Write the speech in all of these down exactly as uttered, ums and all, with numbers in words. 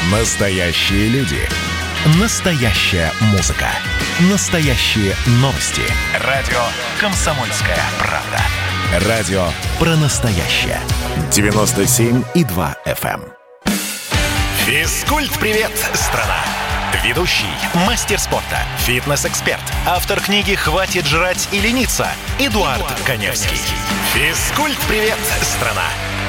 Настоящие люди. Настоящая музыка. Настоящие новости. Радио «Комсомольская правда». Радио про настоящее. девяносто семь и два эф эм. Физкульт-привет, страна! Ведущий, мастер спорта, фитнес-эксперт, автор книги «Хватит жрать и лениться» Эдуард, Эдуард Коневский. Физкульт-привет, страна!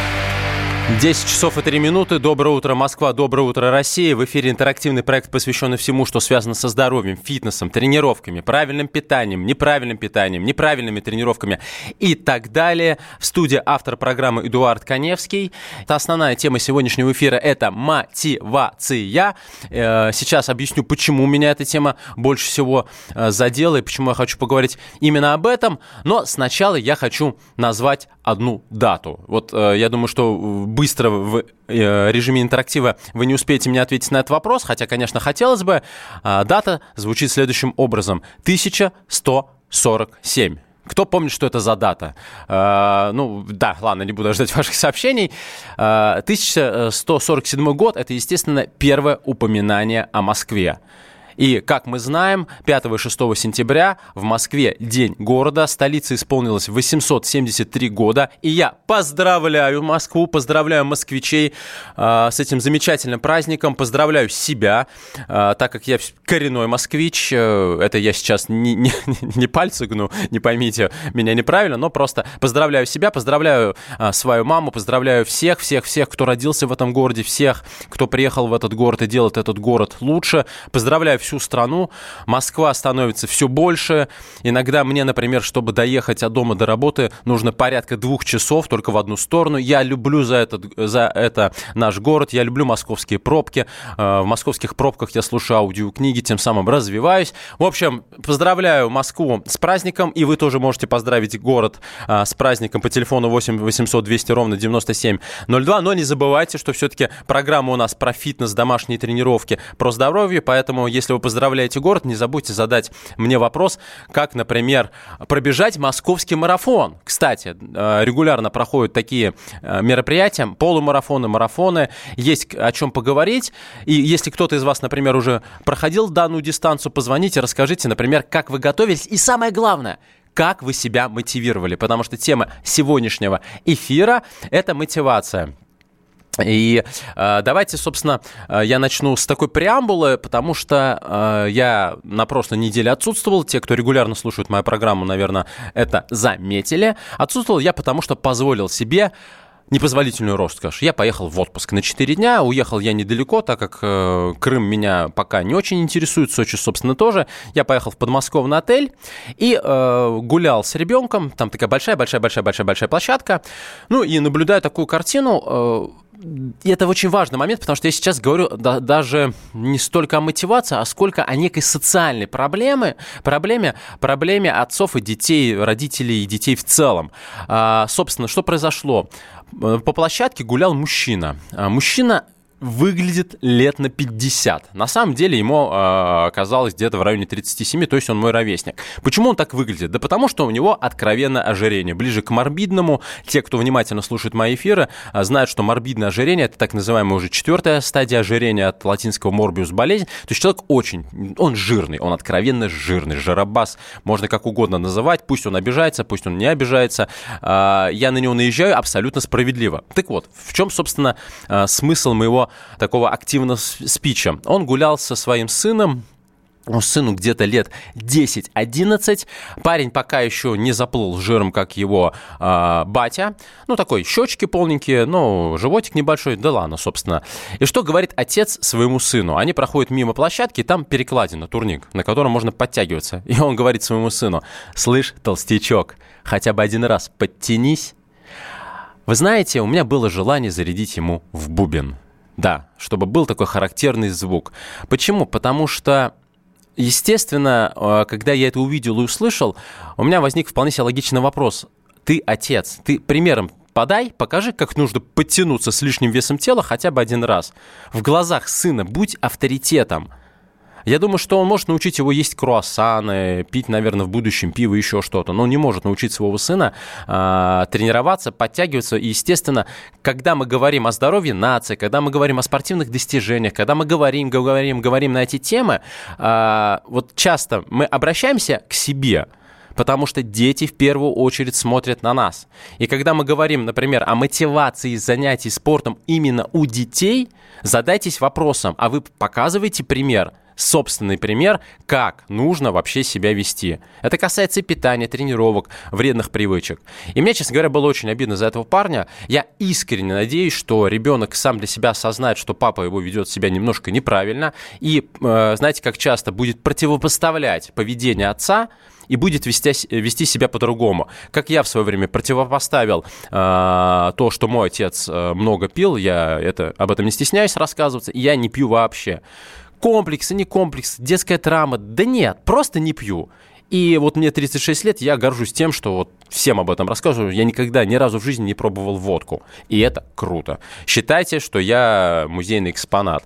десять часов и три минуты. Доброе утро, Москва. Доброе утро, Россия. В эфире интерактивный проект, посвященный всему, что связано со здоровьем, фитнесом, тренировками, правильным питанием, неправильным питанием, неправильными тренировками и так далее. В студии автор программы Эдуард Коневский. Это основная тема сегодняшнего эфира – это мотивация. Сейчас объясню, почему меня эта тема больше всего задела и почему я хочу поговорить именно об этом. Но сначала я хочу назвать одну дату. Вот я думаю, что быстро в режиме интерактива вы не успеете мне ответить на этот вопрос, хотя, конечно, хотелось бы. Дата звучит следующим образом. тысяча сто сорок семь. Кто помнит, что это за дата? Uh, ну, да, ладно, не буду ждать ваших сообщений. Uh, тысяча сто сорок седьмой год – это, естественно, первое упоминание о Москве. И, как мы знаем, пятого и шестого сентября в Москве День города. Столице исполнилось восемьсот семьдесят три года. И я поздравляю Москву, поздравляю москвичей э, с этим замечательным праздником. Поздравляю себя, э, так как я коренной москвич. Э, это я сейчас не, не, не пальцы гну, не поймите меня неправильно, но просто поздравляю себя, поздравляю э, свою маму, поздравляю всех, всех, всех, кто родился в этом городе, всех, кто приехал в этот город и делает этот город лучше. Поздравляю всю страну. Москва становится все больше. Иногда мне, например, чтобы доехать от дома до работы, нужно порядка двух часов только в одну сторону. Я люблю за это, за это наш город. Я люблю московские пробки. В московских пробках я слушаю аудиокниги, тем самым развиваюсь. В общем, поздравляю Москву с праздником. И вы тоже можете поздравить город с праздником по телефону восемь восемьсот двести ровно девяносто семь ноль два. Но не забывайте, что все-таки программа у нас про фитнес, домашние тренировки, про здоровье. Поэтому, если вы поздравляете город, не забудьте задать мне вопрос, как, например, пробежать московский марафон. Кстати, регулярно проходят такие мероприятия, полумарафоны, марафоны, есть о чем поговорить. И если кто-то из вас, например, уже проходил данную дистанцию, позвоните, расскажите, например, как вы готовились. И самое главное, как вы себя мотивировали, потому что тема сегодняшнего эфира – это мотивация. И э, давайте, собственно, э, я начну с такой преамбулы, потому что э, я на прошлой неделе отсутствовал. Те, кто регулярно слушает мою программу, наверное, это заметили. Отсутствовал я, потому что позволил себе непозволительную роскошь. Я поехал в отпуск на четыре дня. Уехал я недалеко, так как э, Крым меня пока не очень интересует, Сочи, собственно, тоже. Я поехал в подмосковный отель и э, гулял с ребенком. Там такая большая-большая-большая-большая-большая площадка. Ну и наблюдаю такую картину. Э, И это очень важный момент, потому что я сейчас говорю да, даже не столько о мотивации, а сколько о некой социальной проблеме, проблеме, проблеме отцов и детей, родителей и детей в целом. А, собственно, что произошло? По площадке гулял мужчина. А, мужчина выглядит лет на пятьдесят. На самом деле ему э, оказалось где-то в районе тридцать семь, то есть он мой ровесник. Почему он так выглядит? Да потому что у него откровенное ожирение. Ближе к морбидному. Те, кто внимательно слушает мои эфиры, э, знают, что морбидное ожирение – это так называемая уже четвертая стадия ожирения от латинского морбиус болезнь. То есть человек очень, он жирный, он откровенно жирный. Жиробас, можно как угодно называть. Пусть он обижается, пусть он не обижается. Э, я на него наезжаю абсолютно справедливо. Так вот, в чем, собственно, э, смысл моего такого активного спича? Он гулял со своим сыном. Сыну где-то лет десять-одиннадцать. Парень пока еще не заплыл жиром, как его э, батя. Ну, такой, щечки полненькие, ну, животик небольшой. Да ладно, собственно. И что говорит отец своему сыну? Они проходят мимо площадки, и там перекладина, турник, на котором можно подтягиваться. И он говорит своему сыну: «Слышь, толстячок, хотя бы один раз подтянись». Вы знаете, у меня было желание зарядить ему в бубен. Да, чтобы был такой характерный звук. Почему? Потому что, естественно, когда я это увидел и услышал, у меня возник вполне себе логичный вопрос. Ты отец, ты примером подай, покажи, как нужно подтянуться с лишним весом тела хотя бы один раз. В глазах сына будь авторитетом. Я думаю, что он может научить его есть круассаны, пить, наверное, в будущем пиво, еще что-то, но не может научить своего сына э, тренироваться, подтягиваться. И, естественно, когда мы говорим о здоровье нации, когда мы говорим о спортивных достижениях, когда мы говорим, говорим, говорим на эти темы, э, вот часто мы обращаемся к себе, потому что дети в первую очередь смотрят на нас. И когда мы говорим, например, о мотивации занятий спортом именно у детей, задайтесь вопросом, а вы показываете пример, собственный пример, как нужно вообще себя вести. Это касается и питания, тренировок, вредных привычек. И мне, честно говоря, было очень обидно за этого парня. Я искренне надеюсь, что ребенок сам для себя осознает, что папа его ведет себя немножко неправильно и, э, знаете, как часто будет противопоставлять поведение отца и будет вести, вести себя по-другому. Как я в свое время противопоставил э, то, что мой отец э, много пил, я это, об этом не стесняюсь рассказываться, и я не пью вообще. Комплексы, не комплексы, детская травма. Да нет, просто не пью. И вот мне тридцать шесть лет, я горжусь тем, что вот всем об этом рассказываю. Я никогда ни разу в жизни не пробовал водку. И это круто. Считайте, что я музейный экспонат.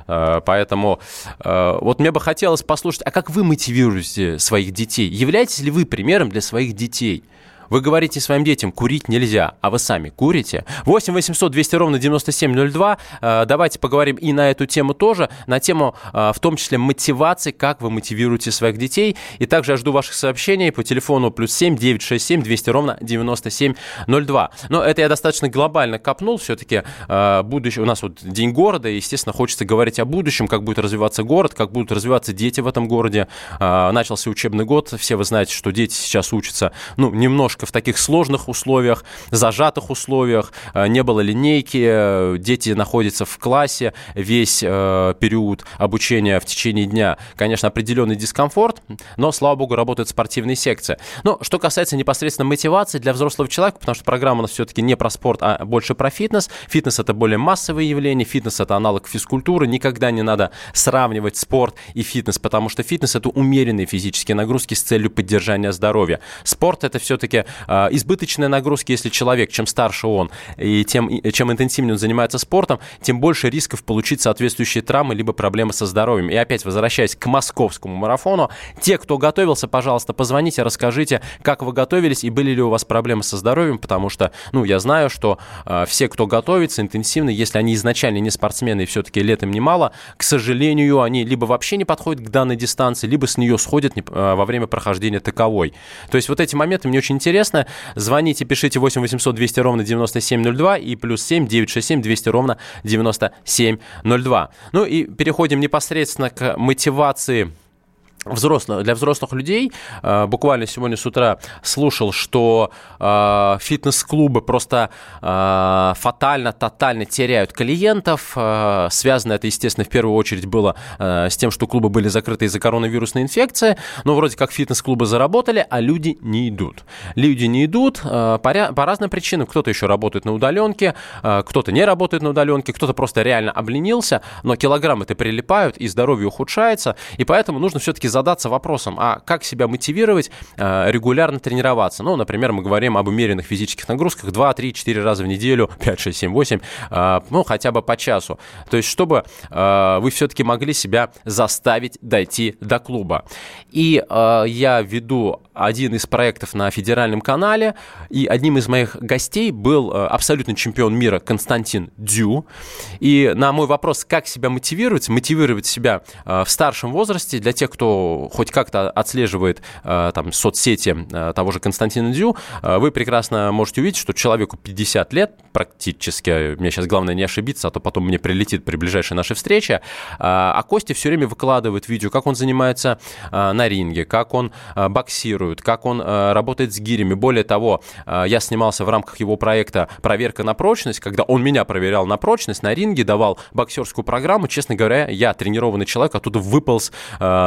Поэтому вот мне бы хотелось послушать, а как вы мотивируете своих детей? Являетесь ли вы примером для своих детей? Вы говорите своим детям, курить нельзя, а вы сами курите? восемь восемьсот двести ровно девяносто семь ноль два. Давайте поговорим и на эту тему тоже, на тему, в том числе, мотивации, как вы мотивируете своих детей. И также я жду ваших сообщений по телефону плюс семь девятьсот шестьдесят семь двести ровно девяносто семь ноль два. Но это я достаточно глобально копнул. Все-таки будущее, у нас вот День города, и, естественно, хочется говорить о будущем, как будет развиваться город, как будут развиваться дети в этом городе. Начался учебный год, все вы знаете, что дети сейчас учатся, ну, немножко в таких сложных условиях, зажатых условиях, не было линейки, дети находятся в классе весь э, период обучения в течение дня. Конечно, определенный дискомфорт, но, слава богу, работает спортивная секция. Но что касается непосредственно мотивации для взрослого человека, потому что программа у нас все-таки не про спорт, а больше про фитнес. Фитнес – это более массовое явление, фитнес – это аналог физкультуры. Никогда не надо сравнивать спорт и фитнес, потому что фитнес – это умеренные физические нагрузки с целью поддержания здоровья. Спорт – это все-таки избыточные нагрузки, если человек, чем старше он, и тем, чем интенсивнее он занимается спортом, тем больше рисков получить соответствующие травмы либо проблемы со здоровьем. И опять, возвращаясь к московскому марафону, те, кто готовился, пожалуйста, позвоните, расскажите, как вы готовились и были ли у вас проблемы со здоровьем, потому что, ну, я знаю, что э, все, кто готовится интенсивно, если они изначально не спортсмены и все-таки лет им немало, к сожалению, они либо вообще не подходят к данной дистанции, либо с нее сходят не, э, во время прохождения таковой. То есть вот эти моменты мне очень интересны. Звоните, пишите восемь восемьсот двести ровно девяносто семь ноль два и плюс семь девятьсот шестьдесят семь двести ровно девяносто семь ноль два. Ну и переходим непосредственно к мотивации взрослых, для взрослых людей. Буквально сегодня с утра слушал, что э, фитнес-клубы просто э, фатально, тотально теряют клиентов. Э, связано это, естественно, в первую очередь было э, с тем, что клубы были закрыты из-за коронавирусной инфекции. Но вроде как фитнес-клубы заработали, а люди не идут. Люди не идут э, по, ря- по разным причинам. Кто-то еще работает на удаленке, э, кто-то не работает на удаленке, кто-то просто реально обленился, но килограммы-то прилипают, и здоровье ухудшается. И поэтому нужно все-таки задаться вопросом, а как себя мотивировать э, регулярно тренироваться? Ну, например, мы говорим об умеренных физических нагрузках два, три, четыре раза в неделю, пять, шесть, семь, восемь, э, ну, хотя бы по часу. То есть, чтобы э, вы все-таки могли себя заставить дойти до клуба. И э, я веду один из проектов на федеральном канале, и одним из моих гостей был э, абсолютный чемпион мира Константин Дзю. И на мой вопрос, как себя мотивировать, мотивировать себя э, в старшем возрасте, для тех, кто хоть как-то отслеживает э, там, соцсети э, того же Константина Дзю, э, вы прекрасно можете увидеть, что человеку пятьдесят лет практически, мне сейчас главное не ошибиться, а то потом мне прилетит при ближайшей нашей встрече, э, а Костя все время выкладывает видео, как он занимается э, на ринге, как он э, боксирует, как он э, работает с гирями. Более того, э, я снимался в рамках его проекта «Проверка на прочность», когда он меня проверял на прочность, на ринге давал боксерскую программу. Честно говоря, я тренированный человек, оттуда выполз э, с криком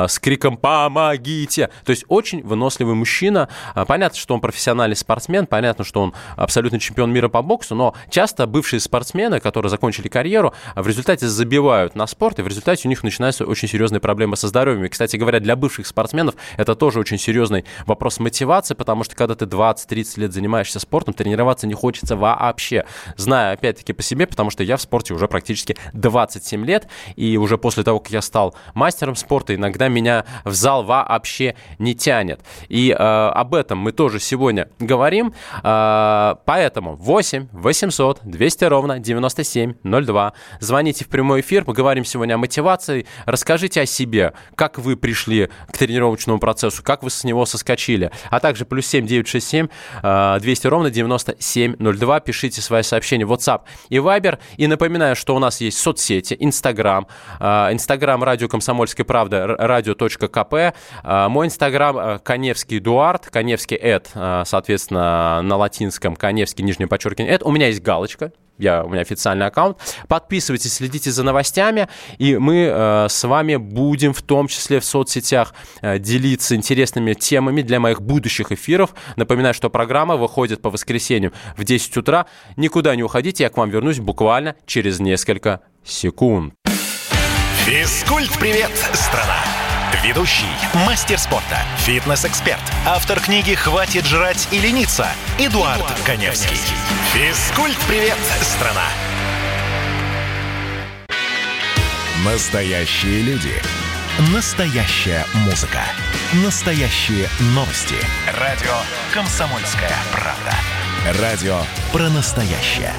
девушкам помогите. То есть очень выносливый мужчина. Понятно, что он профессиональный спортсмен, понятно, что он абсолютно чемпион мира по боксу, но часто бывшие спортсмены, которые закончили карьеру, в результате забивают на спорт, и в результате у них начинаются очень серьезные проблемы со здоровьем. И, кстати говоря, для бывших спортсменов это тоже очень серьезный вопрос мотивации, потому что когда ты двадцать-тридцать лет занимаешься спортом, тренироваться не хочется вообще. Знаю, опять-таки, по себе, потому что я в спорте уже практически двадцать семь лет, и уже после того, как я стал мастером спорта, иногда меня в зал вообще не тянет. И э, об этом мы тоже сегодня говорим. Э, поэтому восемь восемьсот двести ровно девяносто семь ноль два. Звоните в прямой эфир, поговорим сегодня о мотивации. Расскажите о себе, как вы пришли к тренировочному процессу, как вы с него соскочили. А также плюс семь девятьсот шестьдесят семь двести ровно девяносто семь ноль два. Пишите свои сообщения в WhatsApp и Viber. И напоминаю, что у нас есть соцсети, Инстаграм, Инстаграм радио «Комсомольская правда», радио.кп. Мой Инстаграм Каневский Эдуард, Каневский Эд, соответственно, на латинском, Каневский, нижнее подчеркивание Эд. У меня есть галочка. Я, у меня официальный аккаунт. Подписывайтесь, следите за новостями, и мы э, с вами будем в том числе в соцсетях э, делиться интересными темами для моих будущих эфиров. Напоминаю, что программа выходит по воскресеньям в десять утра. Никуда не уходите, я к вам вернусь буквально через несколько секунд. Физкульт-привет, страна! Ведущий, мастер спорта, фитнес-эксперт, автор книги «Хватит жрать и лениться» Эдуард Коневский. Физкульт-привет, страна! Настоящие люди. Настоящая музыка. Настоящие новости. Радио «Комсомольская правда». Радио про настоящее.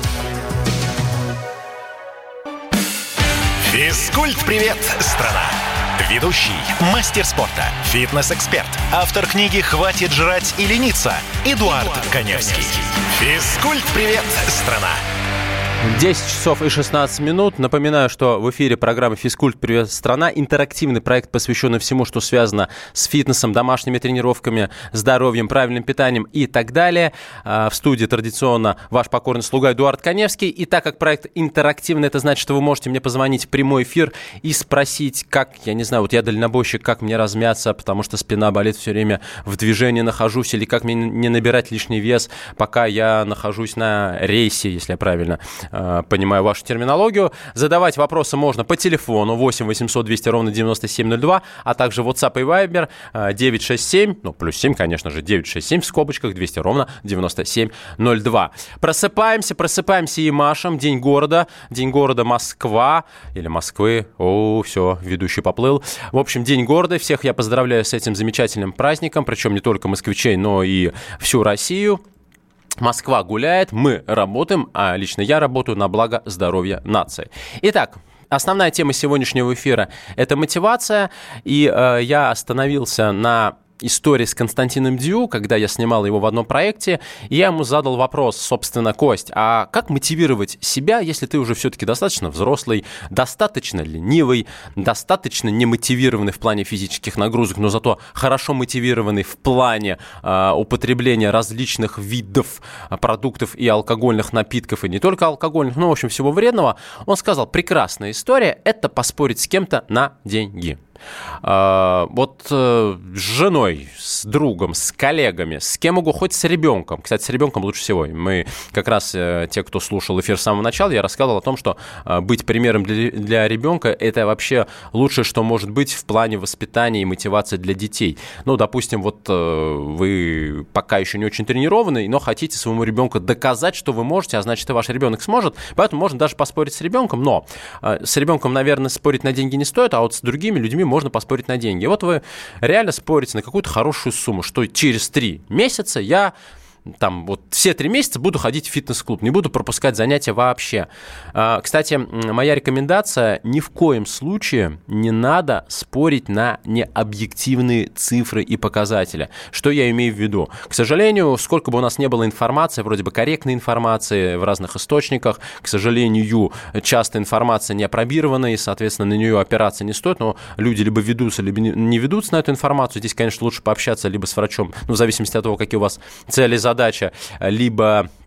Физкульт-привет, страна! Ведущий, мастер спорта, фитнес-эксперт, автор книги «Хватит жрать и лениться» Эдуард Коневский. Физкульт-привет, страна! десять часов и шестнадцать минут. Напоминаю, что в эфире программа «Физкульт. Привет, страна». Интерактивный проект, посвященный всему, что связано с фитнесом, домашними тренировками, здоровьем, правильным питанием и так далее. В студии традиционно ваш покорный слуга Эдуард Коневский. И так как проект интерактивный, это значит, что вы можете мне позвонить в прямой эфир и спросить, как, я не знаю, вот я дальнобойщик, как мне размяться, потому что спина болит, все время в движении нахожусь, или как мне не набирать лишний вес, пока я нахожусь на рейсе, если я правильно понимаю вашу терминологию. Задавать вопросы можно по телефону восемь восемьсот двести ровно девяносто семь ноль два, а также WhatsApp и Viber девятьсот шестьдесят семь, ну, плюс семь, конечно же, девятьсот шестьдесят семь в скобочках, двести ровно девяносто семь ноль два. Просыпаемся, просыпаемся и машем. День города, День города Москва, или Москвы, о, все, ведущий поплыл. В общем, День города, всех я поздравляю с этим замечательным праздником, причем не только москвичей, но и всю Россию. Москва гуляет, мы работаем, а лично я работаю на благо здоровья нации. Итак, основная тема сегодняшнего эфира – это мотивация, и э, я остановился на истории с Константином Дью, когда я снимал его в одном проекте, и я ему задал вопрос, собственно, Кость, а как мотивировать себя, если ты уже все-таки достаточно взрослый, достаточно ленивый, достаточно немотивированный в плане физических нагрузок, но зато хорошо мотивированный в плане э, употребления различных видов продуктов и алкогольных напитков, и не только алкогольных, но, в общем, всего вредного. Он сказал, прекрасная история – это поспорить с кем-то на деньги. Uh, вот uh, с женой, с другом, с коллегами, с кем угодно, хоть с ребенком. Кстати, с ребенком лучше всего. Мы как раз, uh, те, кто слушал эфир с самого начала, я рассказывал о том, что uh, быть примером для, для ребенка – это вообще лучшее, что может быть в плане воспитания и мотивации для детей. Ну, допустим, вот uh, вы пока еще не очень тренированный, но хотите своему ребенку доказать, что вы можете, а значит, и ваш ребенок сможет. Поэтому можно даже поспорить с ребенком, но uh, с ребенком, наверное, спорить на деньги не стоит, а вот с другими людьми можно поспорить на деньги. Вот вы реально спорите на какую-то хорошую сумму, что через три месяца я там вот все три месяца буду ходить в фитнес-клуб, не буду пропускать занятия вообще. Кстати, моя рекомендация: ни в коем случае не надо спорить на необъективные цифры и показатели. Что я имею в виду? К сожалению, сколько бы у нас не было информации, вроде бы корректной информации в разных источниках, к сожалению, часто информация не опробированная, и, соответственно, на нее опираться не стоит, но люди либо ведутся, либо не ведутся на эту информацию. Здесь, конечно, лучше пообщаться либо с врачом, ну, в зависимости от того, какие у вас цели, задачи, либо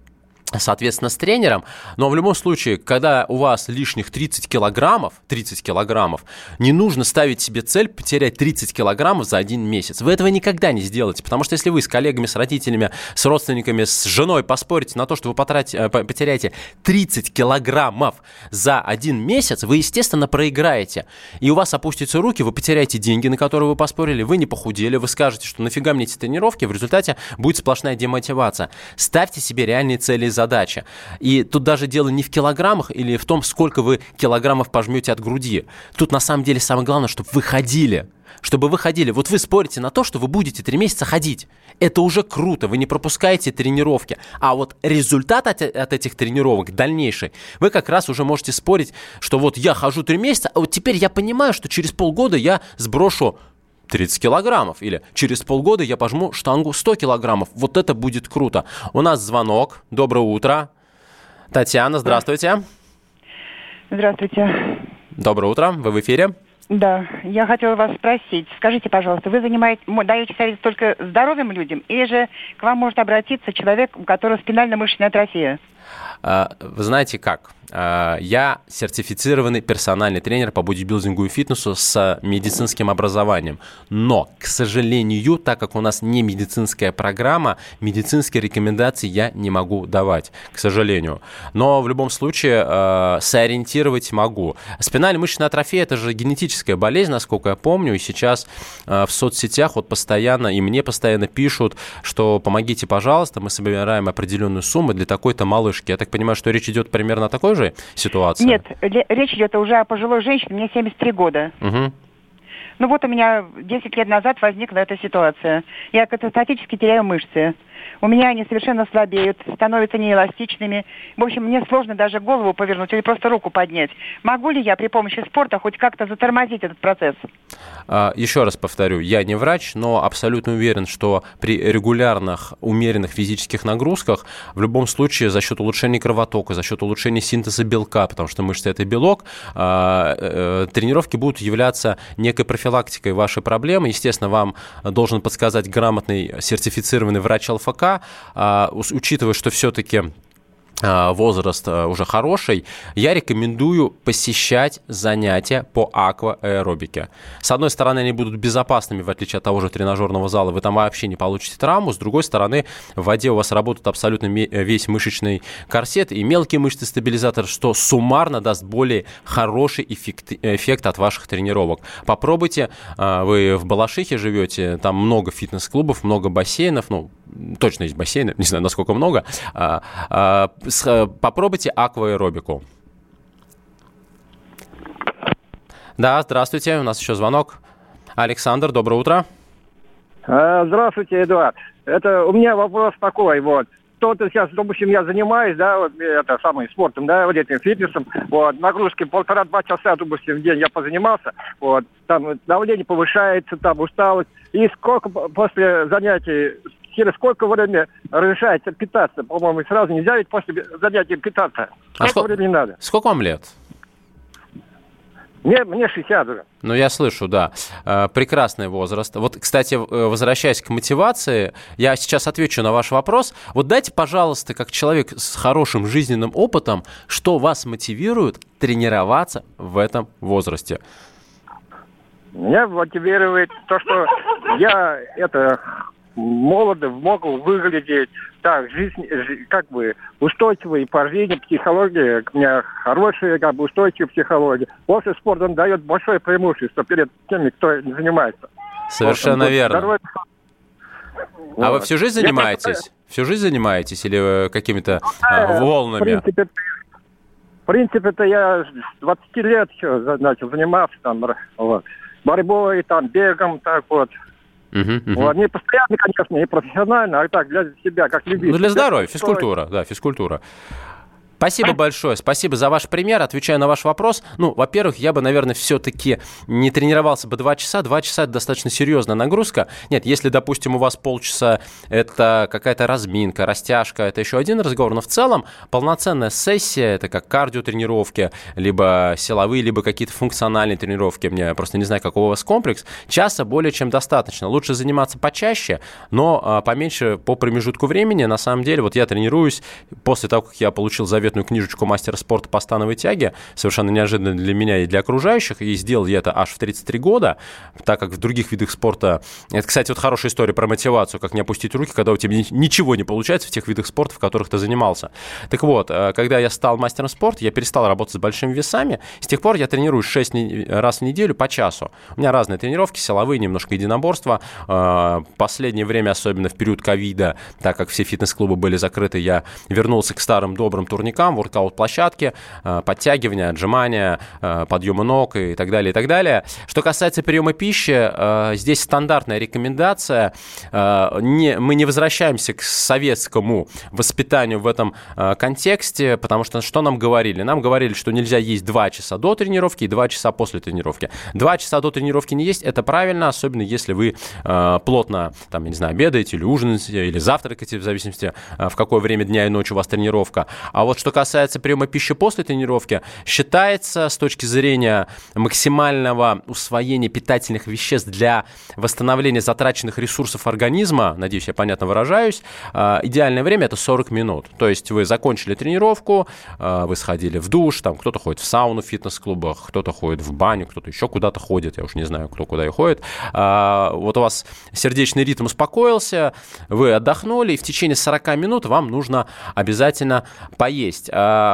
соответственно, с тренером. Но в любом случае, когда у вас лишних тридцать килограммов, тридцать килограммов, не нужно ставить себе цель потерять тридцать килограммов за один месяц. Вы этого никогда не сделаете, потому что если вы с коллегами, с родителями, с родственниками, с женой поспорите на то, что вы потратите, потеряете тридцать килограммов за один месяц, вы, естественно, проиграете. И у вас опустятся руки, вы потеряете деньги, на которые вы поспорили, вы не похудели, вы скажете, что нафига мне эти тренировки, в результате будет сплошная демотивация. Ставьте себе реальные цели и задачи. И тут даже дело не в килограммах или в том, сколько вы килограммов пожмете от груди. Тут на самом деле самое главное, чтобы вы ходили. Чтобы вы ходили. Вот вы спорите на то, что вы будете три месяца ходить. Это уже круто, вы не пропускаете тренировки. А вот результат от, от этих тренировок дальнейший, вы как раз уже можете спорить, что вот я хожу три месяца, а вот теперь я понимаю, что через полгода я сброшу тридцать килограммов. Или через полгода я пожму штангу сто килограммов. Вот это будет круто. У нас звонок. Доброе утро. Татьяна, здравствуйте. Здравствуйте. Доброе утро. Вы в эфире. Да, я хотела вас спросить. Скажите, пожалуйста, вы занимаетесь, даете совет только здоровым людям, или же к вам может обратиться человек, у которого спинально-мышечная атрофия? Вы знаете как? Я сертифицированный персональный тренер по бодибилдингу и фитнесу с медицинским образованием. Но, к сожалению, так как у нас не медицинская программа, медицинские рекомендации я не могу давать, к сожалению. Но в любом случае э, сориентировать могу. Спинально-мышечная атрофия – это же генетическая болезнь, насколько я помню. И сейчас э, в соцсетях вот постоянно, и мне постоянно пишут, что помогите, пожалуйста, мы собираем определенную сумму для такой-то малышки. Я так понимаю, что речь идет примерно о такой же ситуации? Нет, речь идет уже о пожилой женщине, мне семьдесят три года. Угу. Ну вот у меня десять лет назад возникла эта ситуация. Я катастрофически теряю мышцы. У меня они совершенно слабеют, становятся неэластичными. В общем, мне сложно даже голову повернуть или просто руку поднять. Могу ли я при помощи спорта хоть как-то затормозить этот процесс? Еще раз повторю, я не врач, но абсолютно уверен, что при регулярных, умеренных физических нагрузках в любом случае за счет улучшения кровотока, за счет улучшения синтеза белка, потому что мышцы – это белок, тренировки будут являться некой профилактикой вашей проблемы. Естественно, вам должен подсказать грамотный сертифицированный врач ЛФК, учитывая, что все-таки возраст уже хороший, я рекомендую посещать занятия по акваэробике. С одной стороны, они будут безопасными, в отличие от того же тренажерного зала, вы там вообще не получите травму. С другой стороны, в воде у вас работает абсолютно весь мышечный корсет и мелкие мышцы стабилизатор, что суммарно даст более хороший эффект, эффект от ваших тренировок. Попробуйте, вы в Балашихе живете, там много фитнес-клубов, много бассейнов, ну, точно есть бассейны, не знаю, насколько много. Попробуйте акваэробику. Да, здравствуйте, у нас еще звонок. Александр, доброе утро. Здравствуйте, Эдуард. Это у меня вопрос такой, вот. Кто-то сейчас, допустим, я занимаюсь, да, вот, это самым спортом, да, вот этим фитнесом, вот, нагрузки полтора-два часа, допустим, в день я позанимался, вот, там давление повышается, там усталость, и сколько после занятий, через сколько времени разрешается питаться? По-моему, сразу нельзя ведь после занятия питаться. Сколько а сколько времени надо? Сколько вам лет? Мне, мне шестьдесят уже. Ну, я слышу, да. Прекрасный возраст. Вот, кстати, возвращаясь к мотивации, я сейчас отвечу на ваш вопрос. Вот дайте, пожалуйста, как человек с хорошим жизненным опытом, что вас мотивирует тренироваться в этом возрасте? Меня мотивирует то, что я это... молодо могу выглядеть так, жизнь, как бы устойчивая по жизни, психология, у меня хорошая, как бы устойчивая психология. После спорта он дает большое преимущество перед теми, кто занимается. Совершенно вот, верно. Здоровье. А вот. Вы всю жизнь занимаетесь? Я... Всю жизнь занимаетесь или какими-то а, волнами? В принципе, в принципе-то я с двадцати лет еще начал заниматься там, вот, борьбой, там, бегом, так вот. Uh-huh, uh-huh. Вот, не постоянно, конечно, не профессионально, а так для себя, как любитель. Ну, для здоровья, физкультура, да, физкультура. Спасибо большое. Спасибо за ваш пример. Отвечаю на ваш вопрос. Ну, во-первых, я бы, наверное, все-таки не тренировался бы два часа. Два часа – это достаточно серьезная нагрузка. Нет, если, допустим, у вас полчаса – это какая-то разминка, растяжка, это еще один разговор. Но в целом полноценная сессия – это как кардиотренировки, либо силовые, либо какие-то функциональные тренировки. Я просто не знаю, какой у вас комплекс. Часа более чем достаточно. Лучше заниматься почаще, но а, поменьше по промежутку времени. На самом деле, вот я тренируюсь после того, как я получил заветную книжечку мастера спорта по становой тяге, совершенно неожиданно для меня и для окружающих, и сделал я это аж в тридцать три года, так как в других видах спорта... Это, кстати, вот хорошая история про мотивацию, как не опустить руки, когда у тебя ничего не получается в тех видах спорта, в которых ты занимался. Так вот, когда я стал мастером спорта, я перестал работать с большими весами, с тех пор я тренируюсь шесть раз в неделю по часу. У меня разные тренировки, силовые, немножко единоборства. Последнее время, особенно в период ковида, так как все фитнес-клубы были закрыты, я вернулся к старым добрым турникам, воркаут-площадки, подтягивания, отжимания, подъемы ног и так далее, и так далее. Что касается приема пищи, здесь стандартная рекомендация. Не, мы не возвращаемся к советскому воспитанию в этом контексте, потому что что нам говорили? Нам говорили, что нельзя есть два часа до тренировки и два часа после тренировки. два часа до тренировки не есть, это правильно, особенно если вы плотно, там, я не знаю, обедаете или ужинаете, или завтракаете, в зависимости, в какое время дня и ночи у вас тренировка. А вот что касается приема пищи после тренировки, считается с точки зрения максимального усвоения питательных веществ для восстановления затраченных ресурсов организма, надеюсь, я понятно выражаюсь, идеальное время – это сорок минут. То есть вы закончили тренировку, вы сходили в душ, там кто-то ходит в сауну в фитнес-клубах, кто-то ходит в баню, кто-то еще куда-то ходит, я уж не знаю, кто куда и ходит. Вот у вас сердечный ритм успокоился, вы отдохнули, и в течение сорок минут вам нужно обязательно поесть.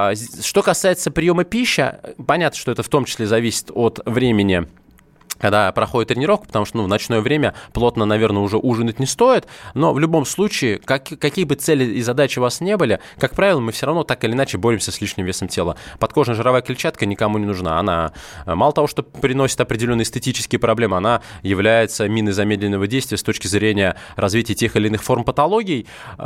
Что касается приема пищи, понятно, что это в том числе зависит от времени, когда проходит тренировка, потому что ну, в ночное время плотно, наверное, уже ужинать не стоит, но в любом случае, как, какие бы цели и задачи у вас не были, как правило, мы все равно так или иначе боремся с лишним весом тела. Подкожная жировая клетчатка никому не нужна. Она, мало того, что приносит определенные эстетические проблемы, она является миной замедленного действия с точки зрения развития тех или иных форм патологий,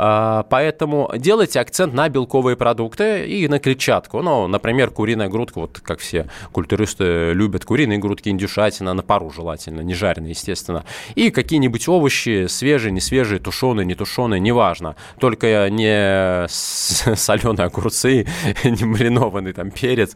поэтому делайте акцент на белковые продукты и на клетчатку. Ну, например, куриная грудка, вот как все культуристы любят, куриные грудки, индюшатина, на пару желательно, не жареные, естественно. И какие-нибудь овощи, свежие, не свежие, тушеные, не тушеные, неважно. Только не соленые огурцы, не маринованный там перец,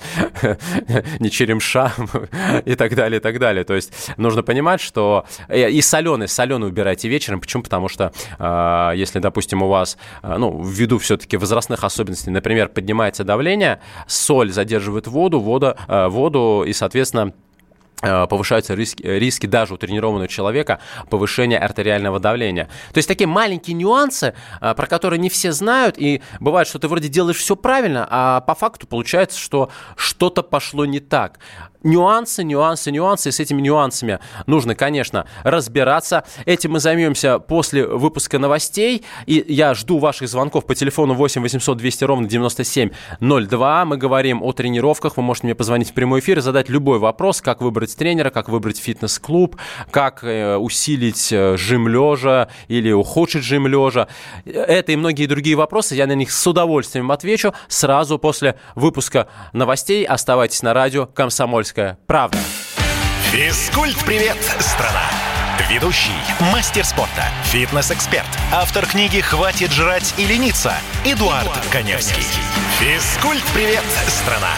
не черемша и так далее, и так далее. То есть нужно понимать, что... И соленые, соленые убирайте вечером. Почему? Потому что если, допустим, у вас, ну, ввиду все-таки возрастных особенностей, например, поднимается давление, соль задерживает воду, воду, воду и, соответственно, повышаются риски, риски даже у тренированного человека повышения артериального давления. То есть такие маленькие нюансы, про которые не все знают, и бывает, что ты вроде делаешь все правильно, а по факту получается, что что-то пошло не так. Нюансы, нюансы, нюансы. И с этими нюансами нужно, конечно, разбираться. Этим мы займемся после выпуска новостей. И я жду ваших звонков по телефону восемь восемьсот двести ровно девяносто семь ноль два. Мы говорим о тренировках. Вы можете мне позвонить в прямой эфир и задать любой вопрос, как выбрать тренера, как выбрать фитнес-клуб, как усилить жим лежа или ухудшить жим лежа. Это и многие другие вопросы. Я на них с удовольствием отвечу сразу после выпуска новостей. Оставайтесь на радио «Комсомольская правда». Физкульт-привет, страна! Ведущий, мастер спорта, фитнес-эксперт, автор книги «Хватит жрать и лениться» Эдуард, Эдуард Коневский. Физкульт-привет, страна!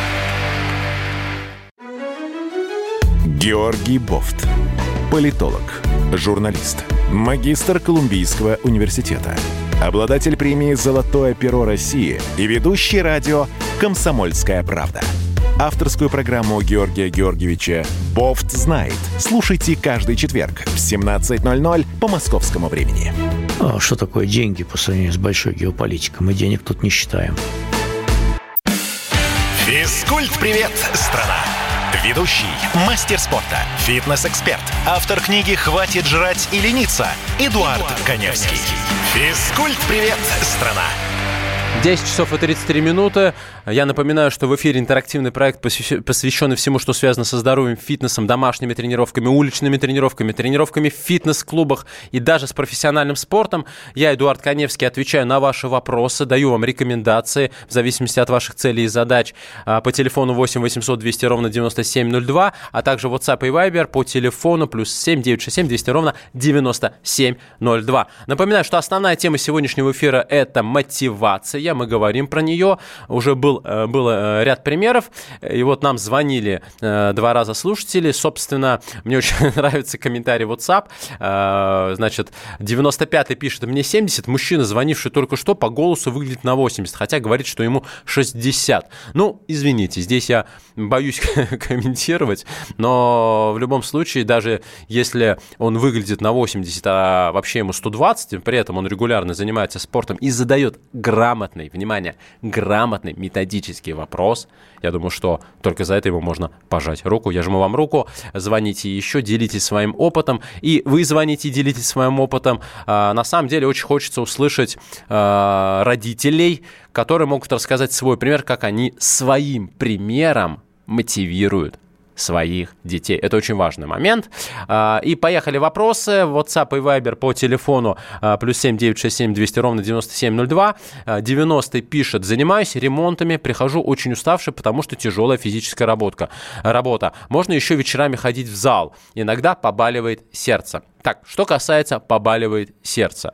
Георгий Бофт. Политолог, журналист, магистр Колумбийского университета, обладатель премии «Золотое перо России» и ведущий радио «Комсомольская правда». Авторскую программу Георгия Георгиевича «Бофт знает». Слушайте каждый четверг в семнадцать ноль ноль по московскому времени. А что такое деньги по сравнению с большой геополитикой? Мы денег тут не считаем. Физкульт-привет, страна! Ведущий, мастер спорта, фитнес-эксперт, автор книги «Хватит жрать и лениться» Эдуард, Эдуард Коневский. Физкульт-привет, страна! десять часов и тридцать три минуты. Я напоминаю, что в эфире интерактивный проект, посвященный всему, что связано со здоровьем, фитнесом, домашними тренировками, уличными тренировками, тренировками в фитнес-клубах и даже с профессиональным спортом. Я, Эдуард Каневский, отвечаю на ваши вопросы, даю вам рекомендации в зависимости от ваших целей и задач по телефону восемь восемьсот двести ровно девяносто семь ноль два, а также WhatsApp и Viber по телефону плюс семь девятьсот шестьдесят семь двести ровно девяносто семь ноль два. Напоминаю, что основная тема сегодняшнего эфира – это мотивация. Мы говорим про нее. Уже был, был ряд примеров. И вот нам звонили два раза слушатели. Собственно, мне очень нравится комментарий WhatsApp. Значит, девяносто пятый пишет: мне семьдесят. Мужчина, звонивший только что, по голосу выглядит на восемьдесят, хотя говорит, что ему шестьдесят. Ну, извините, здесь я боюсь комментировать, но в любом случае, даже если он выглядит на восемьдесят, а вообще ему сто двадцать, при этом он регулярно занимается спортом и задает грамотный, внимание, грамотный методический вопрос, я думаю, что только за это ему можно пожать руку. Я жму вам руку, звоните еще, делитесь своим опытом, и вы звоните, делитесь своим опытом. А, на самом деле очень хочется услышать а, родителей, которые могут рассказать свой пример, как они своим примером мотивируют своих детей. Это очень важный момент. И поехали вопросы. WhatsApp и Viber по телефону плюс семь девятьсот шестьдесят семь двести ровно девяносто семь ноль два. девяностый пишет: занимаюсь ремонтами, прихожу очень уставший, потому что тяжелая физическая работа. Работа. Можно еще вечерами ходить в зал. Иногда побаливает сердце. Так, что касается побаливает сердце.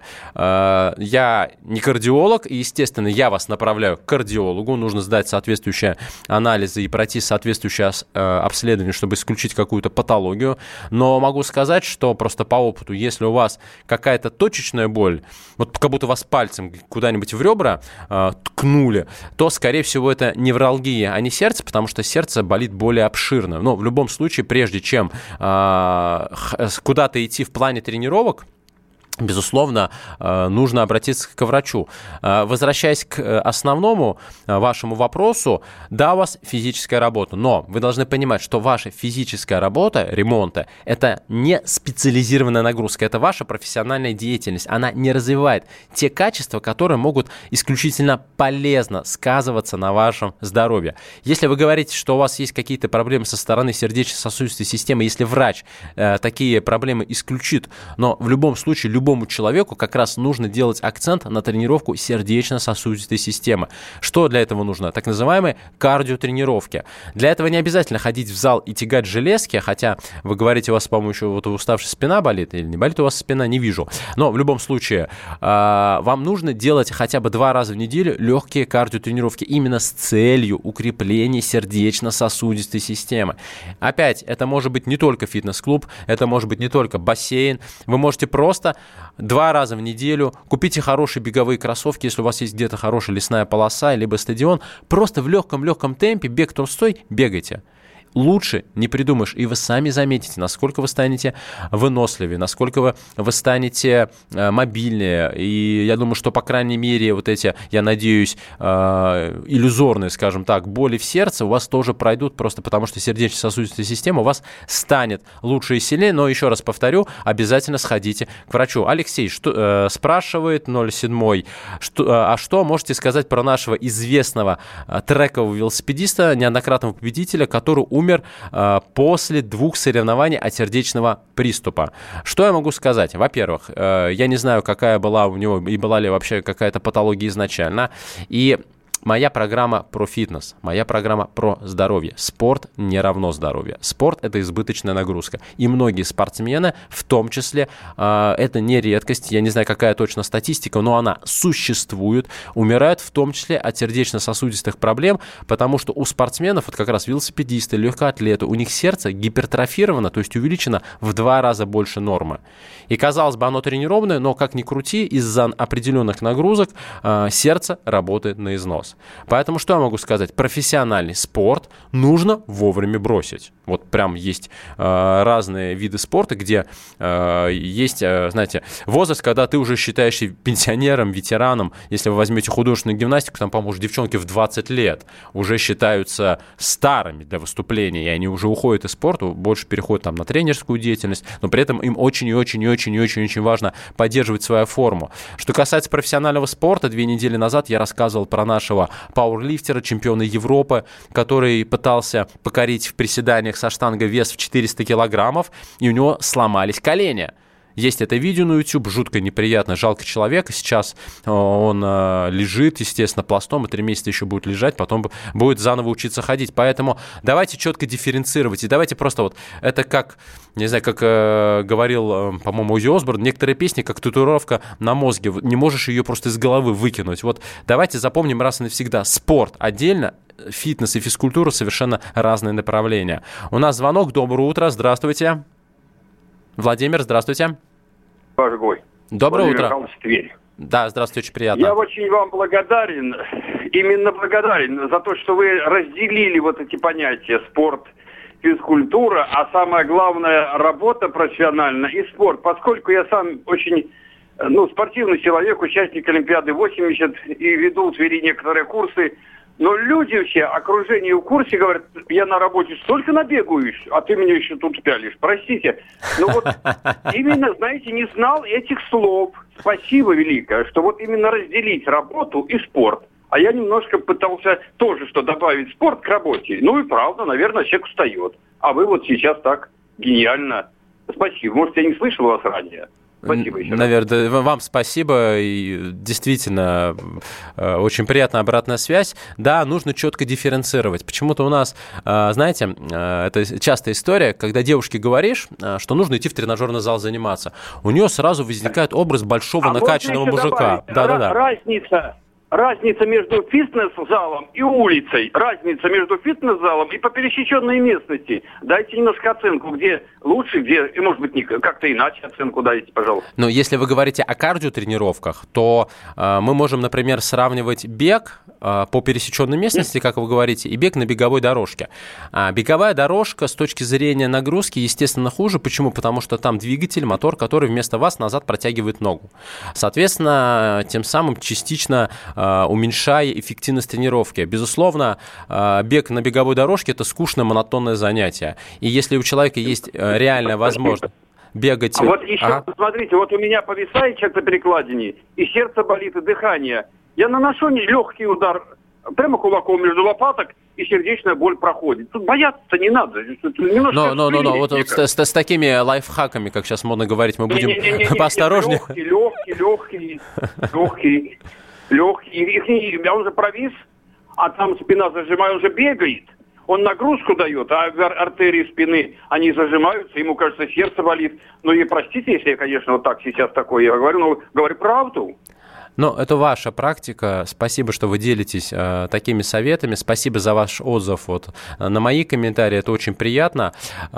Я не кардиолог, и, естественно, я вас направляю к кардиологу. Нужно сдать соответствующие анализы и пройти соответствующее обследование, чтобы исключить какую-то патологию. Но могу сказать, что просто по опыту, если у вас какая-то точечная боль, вот как будто вас пальцем куда-нибудь в ребра ткнули, то, скорее всего, это невралгия, а не сердце, потому что сердце болит более обширно. Но в любом случае, прежде чем куда-то идти в в плане тренировок, безусловно, нужно обратиться к врачу. Возвращаясь к основному вашему вопросу, да, у вас физическая работа, но вы должны понимать, что ваша физическая работа, ремонта, это не специализированная нагрузка, это ваша профессиональная деятельность. Она не развивает те качества, которые могут исключительно полезно сказываться на вашем здоровье. Если вы говорите, что у вас есть какие-то проблемы со стороны сердечно-сосудистой системы, если врач э, такие проблемы исключит, но в любом случае, любой Любому человеку как раз нужно делать акцент на тренировку сердечно-сосудистой системы. Что для этого нужно? Так называемые кардиотренировки. Для этого не обязательно ходить в зал и тягать железки, хотя вы говорите, у вас, по-моему, еще вот уставшая спина болит, или не болит у вас спина, не вижу. Но в любом случае, вам нужно делать хотя бы два раза в неделю легкие кардиотренировки именно с целью укрепления сердечно-сосудистой системы. Опять, это может быть не только фитнес-клуб, это может быть не только бассейн. Вы можете просто два раза в неделю купите хорошие беговые кроссовки, если у вас есть где-то хорошая лесная полоса, либо стадион. Просто в легком-легком темпе, бег трусцой, бегайте. Лучше не придумаешь, и вы сами заметите, насколько вы станете выносливее, насколько вы, вы станете э, мобильнее. И я думаю, что, по крайней мере, вот эти, я надеюсь, э, иллюзорные, скажем так, боли в сердце у вас тоже пройдут, просто потому что сердечно-сосудистая система у вас станет лучше и сильнее. Но, еще раз повторю, обязательно сходите к врачу. Алексей что, э, спрашивает, ноль семь, что, э, а что можете сказать про нашего известного э, трекового велосипедиста, неоднократного победителя, который умер умер э, после двух соревнований от сердечного приступа. Что я могу сказать? Во-первых, э, я не знаю, какая была у него и была ли вообще какая-то патология изначально. И моя программа про фитнес, моя программа про здоровье. Спорт не равно здоровье. Спорт – это избыточная нагрузка. И многие спортсмены, в том числе, э, это не редкость, я не знаю, какая точно статистика, но она существует, умирают в том числе от сердечно-сосудистых проблем, потому что у спортсменов, вот как раз велосипедисты, легкоатлеты, у них сердце гипертрофировано, то есть увеличено в два раза больше нормы. И, казалось бы, оно тренированное, но, как ни крути, из-за определенных нагрузок э, сердце работает на износ. фитнес. Поэтому что я могу сказать? Профессиональный спорт нужно вовремя бросить. Вот прям есть э, разные виды спорта, где э, есть, э, знаете, возраст, когда ты уже считаешься пенсионером, ветераном. Если вы возьмете художественную гимнастику, там, по-моему, девчонки в двадцать лет уже считаются старыми для выступления, и они уже уходят из спорта, больше переходят там на тренерскую деятельность, но при этом им очень и очень и очень и очень очень важно поддерживать свою форму. Что касается профессионального спорта, две недели назад я рассказывал про нашего пауэрлифтера, чемпиона Европы, который пытался покорить в приседаниях со штангой вес в четыреста килограммов, и у него сломались колени. Есть это видео на YouTube, жутко неприятно, жалко человека. Сейчас он э, лежит, естественно, пластом, и три месяца еще будет лежать, потом будет заново учиться ходить. Поэтому давайте четко дифференцировать. И давайте просто вот, это как, не знаю, как э, говорил, э, по-моему, Оззи Осборн, некоторые песни, как татуировка на мозге, не можешь ее просто из головы выкинуть. Вот давайте запомним раз и навсегда, спорт отдельно, фитнес и физкультура совершенно разные направления. У нас звонок, доброе утро, здравствуйте. Владимир, здравствуйте. Дорогой. Доброе Владимир утро. Михайлович, Тверь. Да, здравствуйте, очень приятно. Я очень вам благодарен, именно благодарен за то, что вы разделили вот эти понятия спорт, физкультура, а самое главное работа профессиональная и спорт. Поскольку я сам очень, ну, спортивный человек, участник Олимпиады восемьдесят и веду в Твери некоторые курсы. Но люди все, окружение в курсе, говорят, я на работе столько набегаешь, а ты меня еще тут пялишь. Простите. Но вот именно, знаете, не знал этих слов. Спасибо великое, что вот именно разделить работу и спорт. А я немножко пытался тоже что добавить спорт к работе. Ну и правда, наверное, человек устает. А вы вот сейчас так гениально. Спасибо. Может, я не слышал вас ранее. Спасибо еще раз. Наверное, вам спасибо. И действительно, очень приятная обратная связь. Да, нужно четко дифференцировать. Почему-то у нас, знаете, это частая история, когда девушке говоришь, что нужно идти в тренажерный зал заниматься, у нее сразу возникает образ большого а накачанного мужика. Да-да-да. Разница. Разница между фитнес-залом и улицей, разница между фитнес-залом и по пересеченной местности. Дайте немножко оценку, где лучше, где, и, может быть, не, как-то иначе оценку дайте, пожалуйста. Но если вы говорите о кардиотренировках, то э, мы можем, например, сравнивать бег э, по пересеченной местности, как вы говорите, и бег на беговой дорожке. А беговая дорожка с точки зрения нагрузки, естественно, хуже. Почему? Потому что там двигатель, мотор, который вместо вас назад протягивает ногу. Соответственно, тем самым частично уменьшая эффективность тренировки. Безусловно, бег на беговой дорожке – это скучное, монотонное занятие. И если у человека есть реальная возможность бегать... А вот еще, ага. смотрите, вот у меня повисает человек на перекладине, и сердце болит, и дыхание. Я наношу легкий удар прямо кулаком между лопаток, и сердечная боль проходит. Тут бояться-то не надо. Но, но, но, но вот, вот с, с, с такими лайфхаками, как сейчас модно говорить, мы будем поосторожнее. Легкий, легкий, легкий, легкий. Легкий, он уже провис, а там спина зажимает, он же бегает, он нагрузку дает, а артерии спины, они зажимаются, ему кажется, сердце болит. Ну и простите, если я, конечно, вот так сейчас такое я говорю, но говорю правду. Ну, это ваша практика. Спасибо, что вы делитесь э, такими советами. Спасибо за ваш отзыв вот, на мои комментарии. Это очень приятно.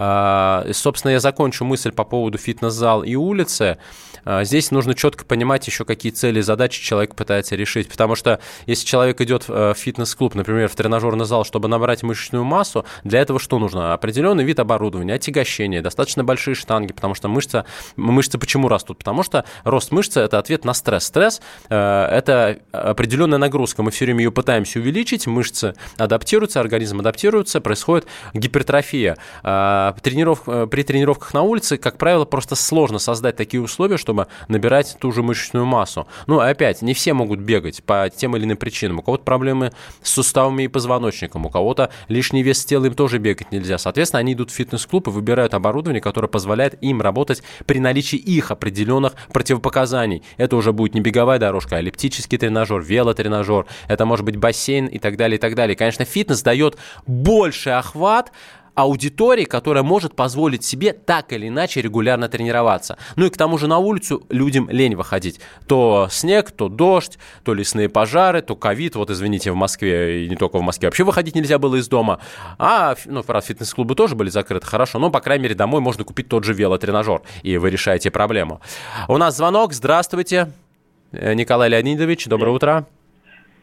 Э, собственно, я закончу мысль по поводу фитнес-зал и улицы. Э, здесь нужно четко понимать еще, какие цели и задачи человек пытается решить. Потому что если человек идет в фитнес-клуб, например, в тренажерный зал, чтобы набрать мышечную массу, для этого что нужно? Определенный вид оборудования, отягощение, достаточно большие штанги, потому что мышцы, мышцы почему растут? Потому что рост мышцы – это ответ на стресс. Стресс – это определенная нагрузка. Мы все время ее пытаемся увеличить, мышцы адаптируются, организм адаптируется, происходит гипертрофия. Трениров... При тренировках на улице, как правило, просто сложно создать такие условия, чтобы набирать ту же мышечную массу. Ну, опять, не все могут бегать по тем или иным причинам. У кого-то проблемы с суставами и позвоночником, у кого-то лишний вес тела, им тоже бегать нельзя. Соответственно, они идут в фитнес-клуб и выбирают оборудование, которое позволяет им работать при наличии их определенных противопоказаний. Это уже будет не беговая дорожка, а эллиптический тренажер, велотренажер, это может быть бассейн и так далее, и так далее. Конечно, фитнес дает больший охват аудитории, которая может позволить себе так или иначе регулярно тренироваться. Ну и к тому же на улицу людям лень выходить. То снег, то дождь, то лесные пожары, то ковид. Вот, извините, в Москве и не только в Москве вообще выходить нельзя было из дома. А, ну, правда, фитнес-клубы тоже были закрыты, хорошо. Но, по крайней мере, домой можно купить тот же велотренажер, и вы решаете проблему. У нас звонок. Здравствуйте. Николай Леонидович, доброе утро.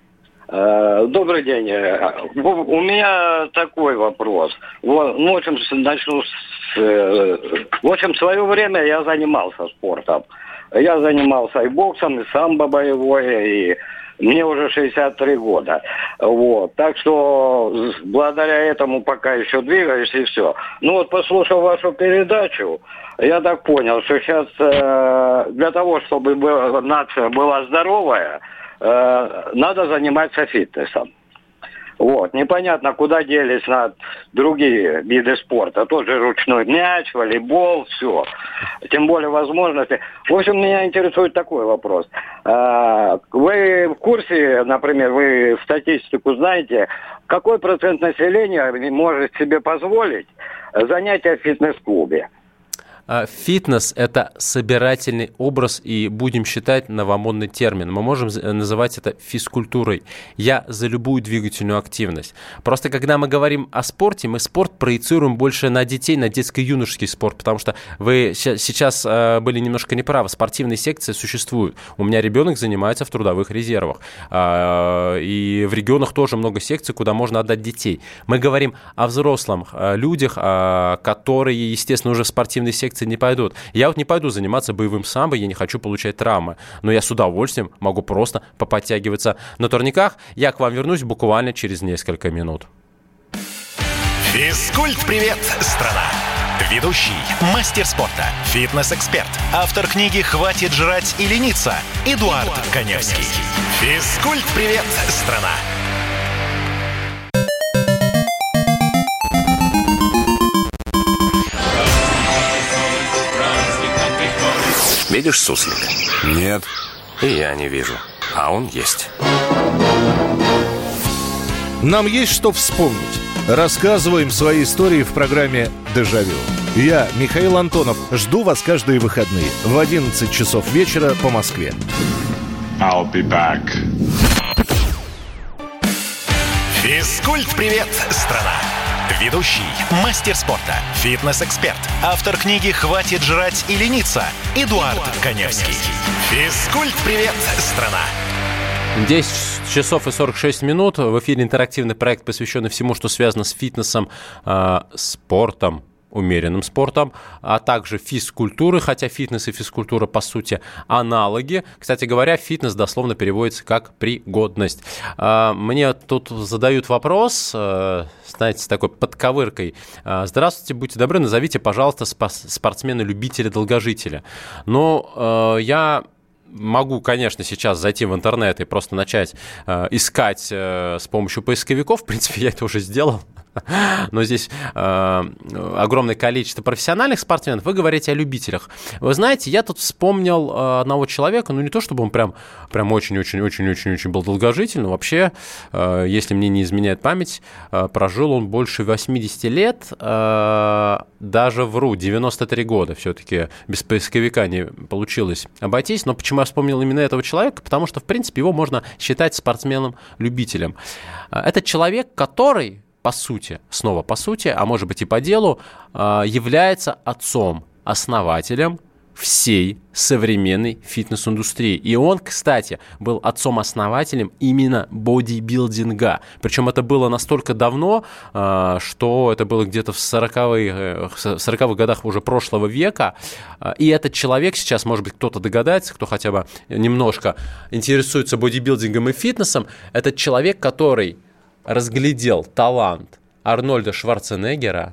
Добрый день. У меня такой вопрос. Вот, ну, в общем, начну с... В общем, в свое время я занимался спортом. Я занимался и боксом, и самбо боевое, и мне уже шестьдесят три года. Вот. Так что благодаря этому пока еще двигаюсь, и все. Ну вот, послушав вашу передачу, я так понял, что сейчас э, для того, чтобы была, нация была здоровая, э, надо заниматься фитнесом. Вот. Непонятно, куда делись на другие виды спорта. Тот же ручной мяч, волейбол, все. Тем более возможности. В общем, меня интересует такой вопрос. Вы в курсе, например, вы статистику знаете, какой процент населения может себе позволить занятия в фитнес-клубе? Фитнес – это собирательный образ, и будем считать новомодный термин. Мы можем называть это физкультурой. Я за любую двигательную активность. Просто когда мы говорим о спорте, мы спорт проецируем больше на детей, на детско-юношеский спорт, потому что вы сейчас были немножко неправы. Спортивные секции существуют. У меня ребенок занимается в трудовых резервах. И в регионах тоже много секций, куда можно отдать детей. Мы говорим о взрослых людях, которые, естественно, уже в спортивной секции не пойдут. Я вот не пойду заниматься боевым самбо, я не хочу получать травмы, но я с удовольствием могу просто поподтягиваться на турниках. Я к вам вернусь буквально через несколько минут. Физкульт-привет, страна! Ведущий, мастер спорта, фитнес-эксперт, автор книги «Хватит жрать и лениться» Эдуард, Эдуард Коневский. Физкульт-привет, страна! Видишь суслика? Нет. И я не вижу. А он есть. Нам есть что вспомнить. Рассказываем свои истории в программе «Дежавю». Я, Михаил Антонов, жду вас каждые выходные в одиннадцать часов вечера по Москве. I'll be back. Физкульт-привет, страна! Ведущий, мастер спорта, фитнес-эксперт, автор книги «Хватит жрать и лениться» Эдуард, Эдуард Коневский. Физкульт-привет, страна! десять часов и сорок шесть минут. В эфире интерактивный проект, посвященный всему, что связано с фитнесом, э, спортом, умеренным спортом, а также физкультурой, хотя фитнес и физкультура, по сути, аналоги. Кстати говоря, фитнес дословно переводится как «пригодность». Мне тут задают вопрос, знаете, с такой подковыркой. Здравствуйте, будьте добры, назовите, пожалуйста, спортсмена-любителя-долгожителя. Но я... Могу, конечно, сейчас зайти в интернет и просто начать э, искать э, с помощью поисковиков. В принципе, я это уже сделал. Но здесь э, огромное количество профессиональных спортсменов. Вы говорите о любителях. Вы знаете, я тут вспомнил э, одного человека, ну не то чтобы он прям, прям очень-очень-очень-очень-очень был долгожитель, но вообще, э, если мне не изменяет память, э, прожил он больше восемьдесят лет, э, даже вру, девяносто три года. Все-таки без поисковика не получилось обойтись. Но почему я вспомнил именно этого человека? Потому что, в принципе, его можно считать спортсменом-любителем. Это человек, который... по сути, снова по сути, а может быть и по делу, является отцом, основателем всей современной фитнес-индустрии. И он, кстати, был отцом-основателем именно бодибилдинга. Причем это было настолько давно, что это было где-то в сороковых, сороковых годах уже прошлого века. И этот человек сейчас, может быть, кто-то догадается, кто хотя бы немножко интересуется бодибилдингом и фитнесом, этот человек, который разглядел талант Арнольда Шварценеггера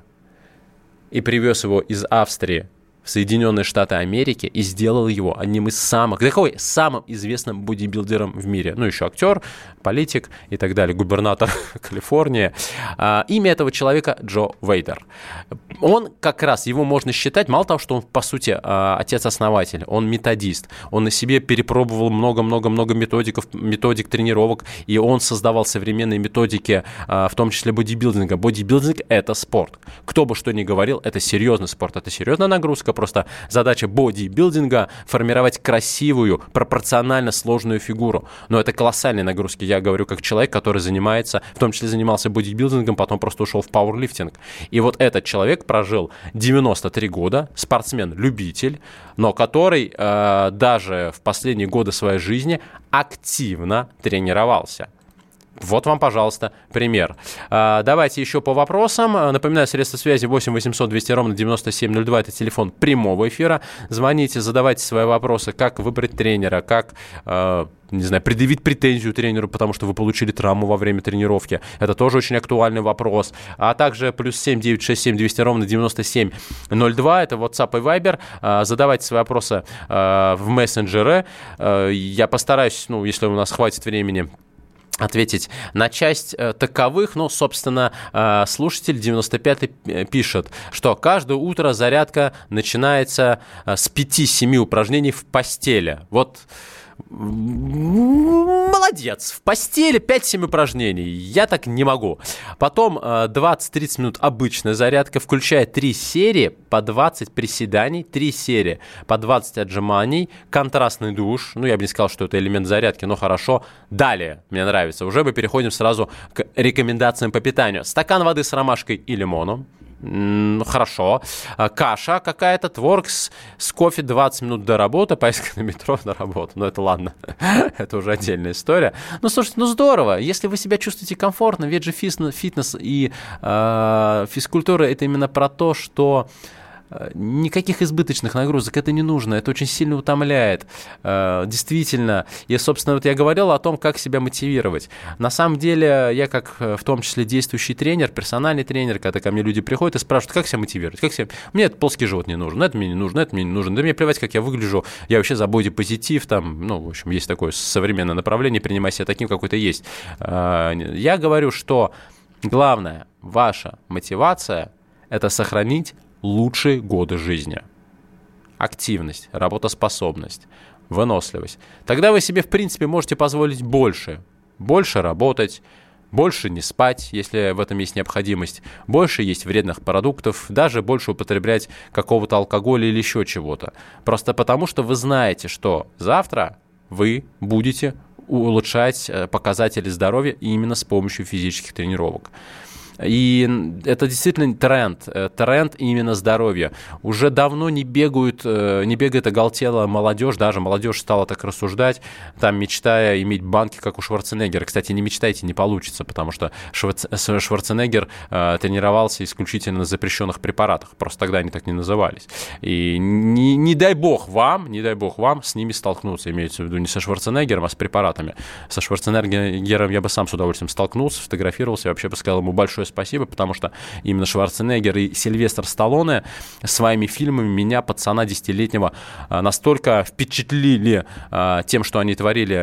и привез его из Австрии в Соединенные Штаты Америки и сделал его одним из самых, да какой, самым известным бодибилдером в мире. Ну, еще актер, политик и так далее, губернатор Калифорнии. А, имя этого человека Джо Вейдер. Он как раз, его можно считать, мало того, что он, по сути, отец-основатель, он методист. Он на себе перепробовал много-много-много методиков, методик, тренировок, и он создавал современные методики, в том числе бодибилдинга. Бодибилдинг – это спорт. Кто бы что ни говорил, это серьезный спорт, это серьезная нагрузка. Просто задача бодибилдинга – формировать красивую, пропорционально сложную фигуру. Но это колоссальные нагрузки. Я говорю как человек, который занимается, в том числе занимался бодибилдингом, потом просто ушел в пауэрлифтинг. И вот этот человек прожил девяносто три года, спортсмен-любитель, но который э, даже в последние годы своей жизни активно тренировался. Вот вам, пожалуйста, пример. А, давайте еще по вопросам. Напоминаю, средства связи восемь восемьсот двести ровно девяносто семь ноль два. Это телефон прямого эфира. Звоните, задавайте свои вопросы, как выбрать тренера, как, э, не знаю, предъявить претензию тренеру, потому что вы получили травму во время тренировки. Это тоже очень актуальный вопрос. А также плюс семь девятьсот шестьдесят семь двести ровно девяносто семь ноль два. Это WhatsApp и Viber. А, задавайте свои вопросы э, в мессенджеры. Э, я постараюсь, ну, если у нас хватит времени, ответить на часть э, таковых. Ну, собственно, э, слушатель девяносто пятый пишет, что каждое утро зарядка начинается э, с пяти-семи упражнений в постели. Вот молодец. В постели пять-семь упражнений. Я так не могу. Потом двадцать-тридцать минут обычная зарядка, включая три серии по двадцать приседаний, три серии по двадцать отжиманий, контрастный душ. Ну, я бы не сказал, что это элемент зарядки, но хорошо. Далее, мне нравится. Уже мы переходим сразу к рекомендациям по питанию. Стакан воды с ромашкой и лимоном. Хорошо. Каша какая-то, творог с, с кофе, двадцать минут до работы, поездка на метро на работу. Ну, это ладно. Это уже отдельная история. Ну, слушайте, ну здорово. Если вы себя чувствуете комфортно, ведь же фитнес, фитнес и э, физкультура – это именно про то, что никаких избыточных нагрузок, это не нужно, это очень сильно утомляет. Действительно, и, собственно, вот я говорил о том, как себя мотивировать. На самом деле, я как, в том числе, действующий тренер, персональный тренер, когда ко мне люди приходят и спрашивают, как себя мотивировать, как себя... Мне этот плоский живот не нужен, это мне не нужно, это мне не нужно, да мне плевать, как я выгляжу, я вообще за бодипозитив, там, ну, в общем, есть такое современное направление, принимай себя таким, какой ты есть. Я говорю, что главное, ваша мотивация – это сохранить лучшие годы жизни. Активность, работоспособность, выносливость. Тогда вы себе, в принципе, можете позволить больше. Больше работать, больше не спать, если в этом есть необходимость, больше есть вредных продуктов, даже больше употреблять какого-то алкоголя или еще чего-то. Просто потому, что вы знаете, что завтра вы будете улучшать показатели здоровья именно с помощью физических тренировок. И это действительно тренд, тренд именно здоровья. Уже давно не бегают, не бегает оголтела молодежь, даже молодежь стала так рассуждать, там мечтая иметь банки, как у Шварценеггера. Кстати, не мечтайте, не получится, потому что Шварценеггер тренировался исключительно на запрещенных препаратах, просто тогда они так не назывались. И не, не дай бог вам, не дай бог вам с ними столкнуться, имеется в виду не со Шварценеггером, а с препаратами. Со Шварценеггером я бы сам с удовольствием столкнулся, сфотографировался, и вообще бы сказал ему большое спасибо, потому что именно Шварценеггер и Сильвестр Сталлоне своими фильмами меня, пацана десятилетнего, настолько впечатлили тем, что они творили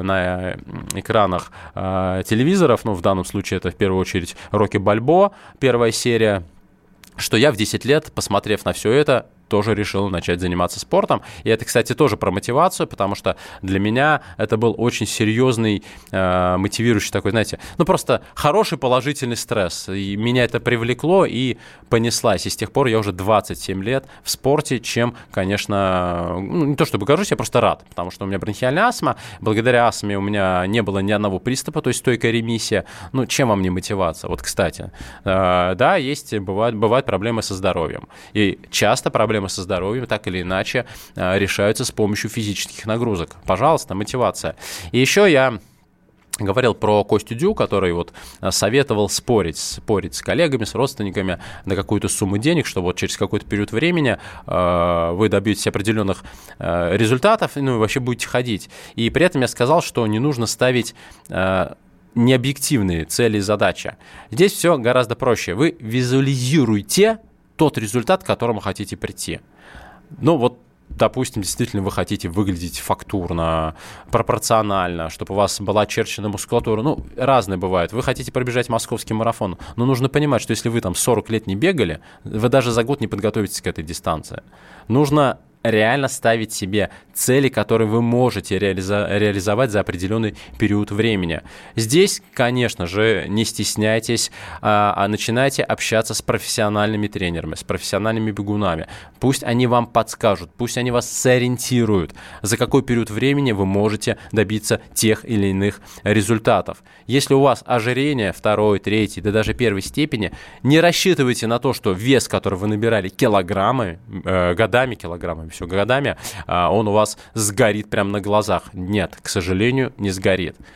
на экранах телевизоров, ну, в данном случае это в первую очередь Рокки Бальбоа, первая серия, что я в десять лет, посмотрев на все это, тоже решил начать заниматься спортом. И это, кстати, тоже про мотивацию, потому что для меня это был очень серьезный, э, мотивирующий такой, знаете, ну просто хороший положительный стресс. И меня это привлекло и понеслась. И с тех пор я уже двадцать семь лет в спорте, чем, конечно, ну, не то чтобы горжусь, я просто рад, потому что у меня бронхиальная астма. Благодаря астме у меня не было ни одного приступа, то есть стойкая ремиссия. Ну, чем вам не мотивация? Вот, кстати, э, да, есть, бывают, бывают проблемы со здоровьем. И часто проблемы Проблемы со здоровьем так или иначе решаются с помощью физических нагрузок. Пожалуйста, мотивация. И еще я говорил про Костю Дю, который вот советовал спорить, спорить с коллегами, с родственниками на какую-то сумму денег, что вот через какой-то период времени э, вы добьетесь определенных э, результатов, ну и вообще будете ходить. И при этом я сказал, что не нужно ставить э, необъективные цели и задачи. Здесь все гораздо проще. Вы визуализируете тот результат, к которому хотите прийти. Ну, вот, допустим, действительно вы хотите выглядеть фактурно, пропорционально, чтобы у вас была очерчена мускулатура. Ну, разные бывают. Вы хотите пробежать московский марафон, но нужно понимать, что если вы там сорок лет не бегали, вы даже за год не подготовитесь к этой дистанции. Нужно реально ставить себе цели, которые вы можете реализа- реализовать за определенный период времени. Здесь, конечно же, не стесняйтесь, а, а начинайте общаться с профессиональными тренерами, с профессиональными бегунами. Пусть они вам подскажут, пусть они вас сориентируют, за какой период времени вы можете добиться тех или иных результатов. Если у вас ожирение второй, третьей, да даже первой степени, не рассчитывайте на то, что вес, который вы набирали килограммы, э, годами, килограммами, все годами, он у вас сгорит прямо на глазах. Нет, к сожалению, не сгорит.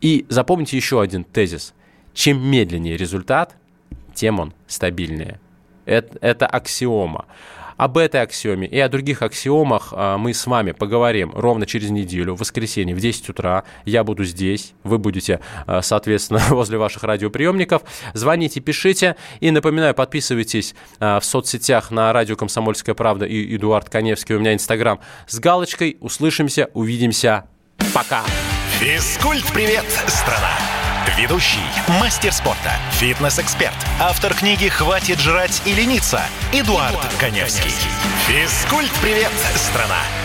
И запомните еще один тезис. Чем медленнее результат, тем он стабильнее. Это, это аксиома. Об этой аксиоме и о других аксиомах а, мы с вами поговорим ровно через неделю, в воскресенье в десять утра. Я буду здесь, вы будете, а, соответственно, возле ваших радиоприемников. Звоните, пишите. И напоминаю, подписывайтесь а, в соцсетях на радио «Комсомольская правда» и Эдуард Каневский. У меня Инстаграм с галочкой. Услышимся, увидимся. Пока! Физкульт-привет, страна! Ведущий, мастер спорта, фитнес-эксперт, автор книги «Хватит жрать и лениться» Эдуард, Эдуард Каневский. Физкульт-привет, страна!